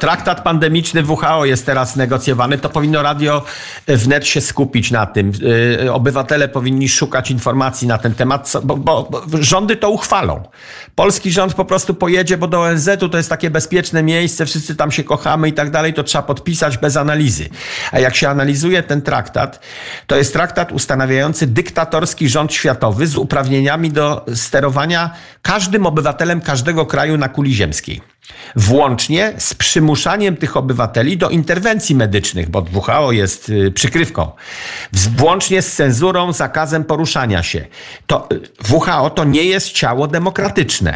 traktat pandemiczny WHO jest teraz negocjowany. To powinno Radio Wnet się skupić na tym. Obywatele powinni szukać informacji na ten temat, bo rządy to uchwalą. Polski rząd po prostu pojedzie, bo do ONZ-u to jest takie bezpieczne miejsce, wszyscy tam się kochamy i tak dalej, to trzeba podpisać bez analizy. A jak się analizuje ten traktat, to jest traktat ustanawiający dyktatorski rząd światowy z uprawnieniami do sterowania każdym obywatelem każdego kraju na kuli ziemskiej. Włącznie z przymuszaniem tych obywateli do interwencji medycznych, bo WHO jest przykrywką. Włącznie z cenzurą, zakazem poruszania się. WHO to nie jest ciało demokratyczne.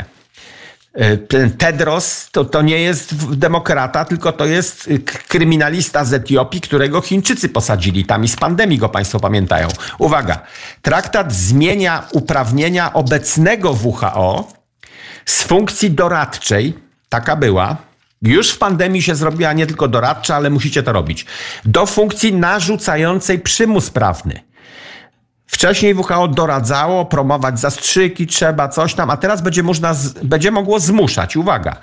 Ten Tedros to nie jest demokrata, tylko to jest kryminalista z Etiopii, którego Chińczycy posadzili tam i z pandemii go państwo pamiętają. Uwaga, traktat zmienia uprawnienia obecnego WHO z funkcji doradczej, taka była, już w pandemii się zrobiła nie tylko doradcza, ale musicie to robić, do funkcji narzucającej przymus prawny. Wcześniej WHO doradzało, promować zastrzyki, trzeba coś tam, a teraz będzie mogło zmuszać. Uwaga,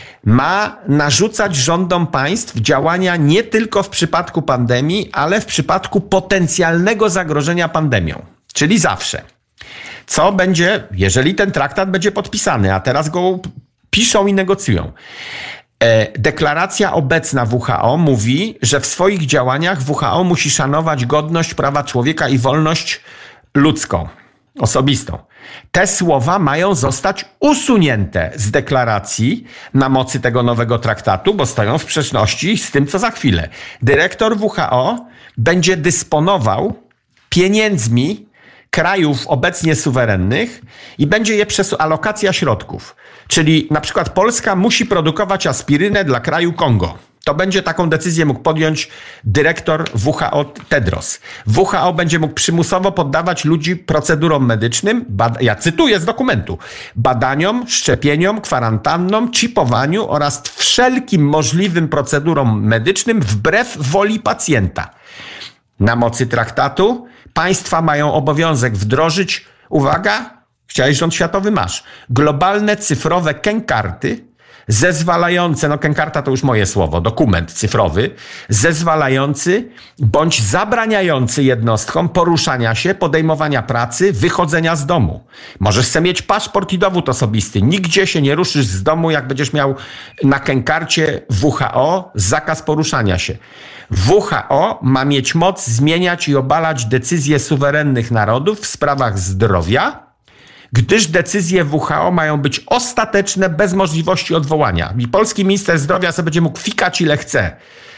ma narzucać rządom państw działania nie tylko w przypadku pandemii, ale w przypadku potencjalnego zagrożenia pandemią, czyli zawsze. Co będzie, jeżeli ten traktat będzie podpisany, a teraz go piszą i negocjują. Deklaracja obecna WHO mówi, że w swoich działaniach WHO musi szanować godność, prawa człowieka i wolność ludzką, osobistą. Te słowa mają zostać usunięte z deklaracji na mocy tego nowego traktatu, bo stoją w sprzeczności z tym, co za chwilę. Dyrektor WHO będzie dysponował pieniędzmi krajów obecnie suwerennych i będzie je alokacja środków. Czyli na przykład Polska musi produkować aspirynę dla kraju Kongo. To będzie taką decyzję mógł podjąć dyrektor WHO Tedros. WHO będzie mógł przymusowo poddawać ludzi procedurom medycznym, ja cytuję z dokumentu, badaniom, szczepieniom, kwarantannom, czipowaniu oraz wszelkim możliwym procedurom medycznym wbrew woli pacjenta. Na mocy traktatu państwa mają obowiązek wdrożyć, uwaga, chciałeś rząd światowy, masz, globalne cyfrowe kękarty zezwalające, kękarta to już moje słowo, dokument cyfrowy, zezwalający bądź zabraniający jednostkom poruszania się, podejmowania pracy, wychodzenia z domu. Możesz sobie mieć paszport i dowód osobisty. Nigdzie się nie ruszysz z domu, jak będziesz miał na kękarcie WHO zakaz poruszania się. WHO ma mieć moc zmieniać i obalać decyzje suwerennych narodów w sprawach zdrowia, gdyż decyzje WHO mają być ostateczne, bez możliwości odwołania. I polski minister zdrowia sobie będzie mógł fikać ile chce.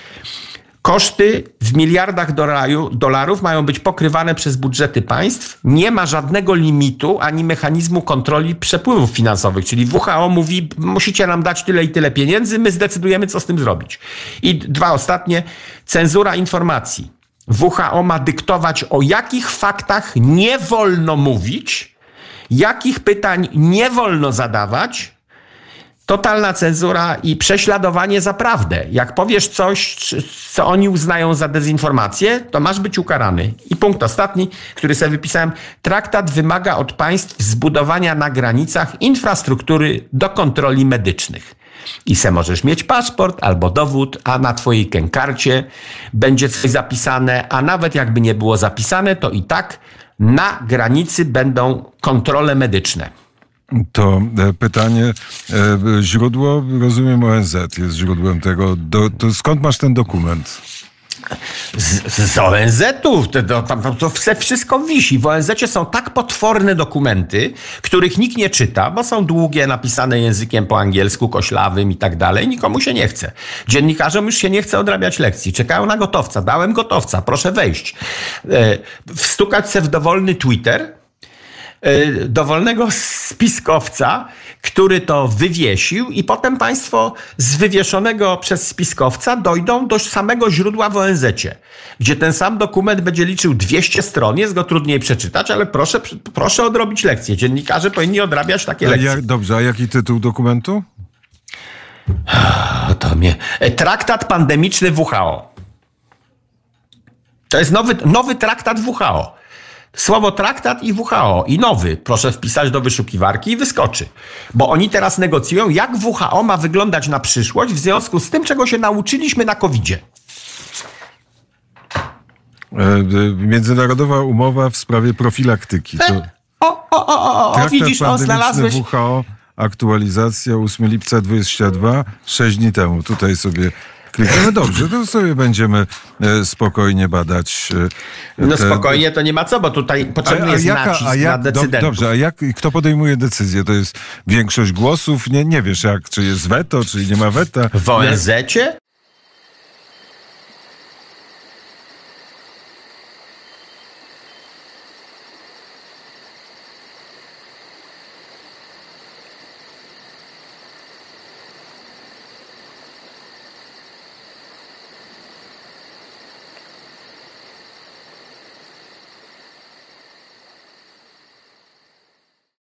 Koszty w miliardach dolarów mają być pokrywane przez budżety państw. Nie ma żadnego limitu ani mechanizmu kontroli przepływów finansowych. Czyli WHO mówi, musicie nam dać tyle i tyle pieniędzy, my zdecydujemy, co z tym zrobić. I dwa ostatnie, cenzura informacji. WHO ma dyktować, o jakich faktach nie wolno mówić, jakich pytań nie wolno zadawać. Totalna cenzura i prześladowanie za prawdę. Jak powiesz coś, co oni uznają za dezinformację, to masz być ukarany. I punkt ostatni, który sobie wypisałem. Traktat wymaga od państw zbudowania na granicach infrastruktury do kontroli medycznych. I se możesz mieć paszport albo dowód, a na twojej kękarcie będzie coś zapisane, a nawet jakby nie było zapisane, to i tak na granicy będą kontrole medyczne. To pytanie, źródło, rozumiem, ONZ jest źródłem tego. To skąd masz ten dokument? Z ONZ-u. To wszystko wisi. W ONZ-cie są tak potworne dokumenty, których nikt nie czyta, bo są długie, napisane językiem po angielsku, koślawym i tak dalej. Nikomu się nie chce. Dziennikarzom już się nie chce odrabiać lekcji. Czekają na gotowca. Dałem gotowca. Proszę wejść. Wstukać se w dowolny Twitter dowolnego spiskowca, który to wywiesił i potem państwo z wywieszonego przez spiskowca dojdą do samego źródła w ONZ-cie, gdzie ten sam dokument będzie liczył 200 stron, jest go trudniej przeczytać, ale proszę odrobić lekcję. Dziennikarze powinni odrabiać takie lekcje. Dobrze, a jaki tytuł dokumentu? Traktat pandemiczny WHO. To jest nowy traktat WHO. Słowo traktat i WHO i nowy proszę wpisać do wyszukiwarki i wyskoczy. Bo oni teraz negocjują, jak WHO ma wyglądać na przyszłość w związku z tym, czego się nauczyliśmy na COVID-zie. Międzynarodowa umowa w sprawie profilaktyki. Widzisz, znalazłeś... WHO, aktualizacja 8 lipca 22, 6 dni temu. Tutaj sobie klikniemy. Dobrze, to sobie będziemy spokojnie badać. No spokojnie to nie ma co, bo tutaj potrzebny jest nacisk na decydentów. Dobrze, kto podejmuje decyzję? To jest większość głosów? Nie wiesz, czy jest weto, czy nie ma weta? W ONZ-cie?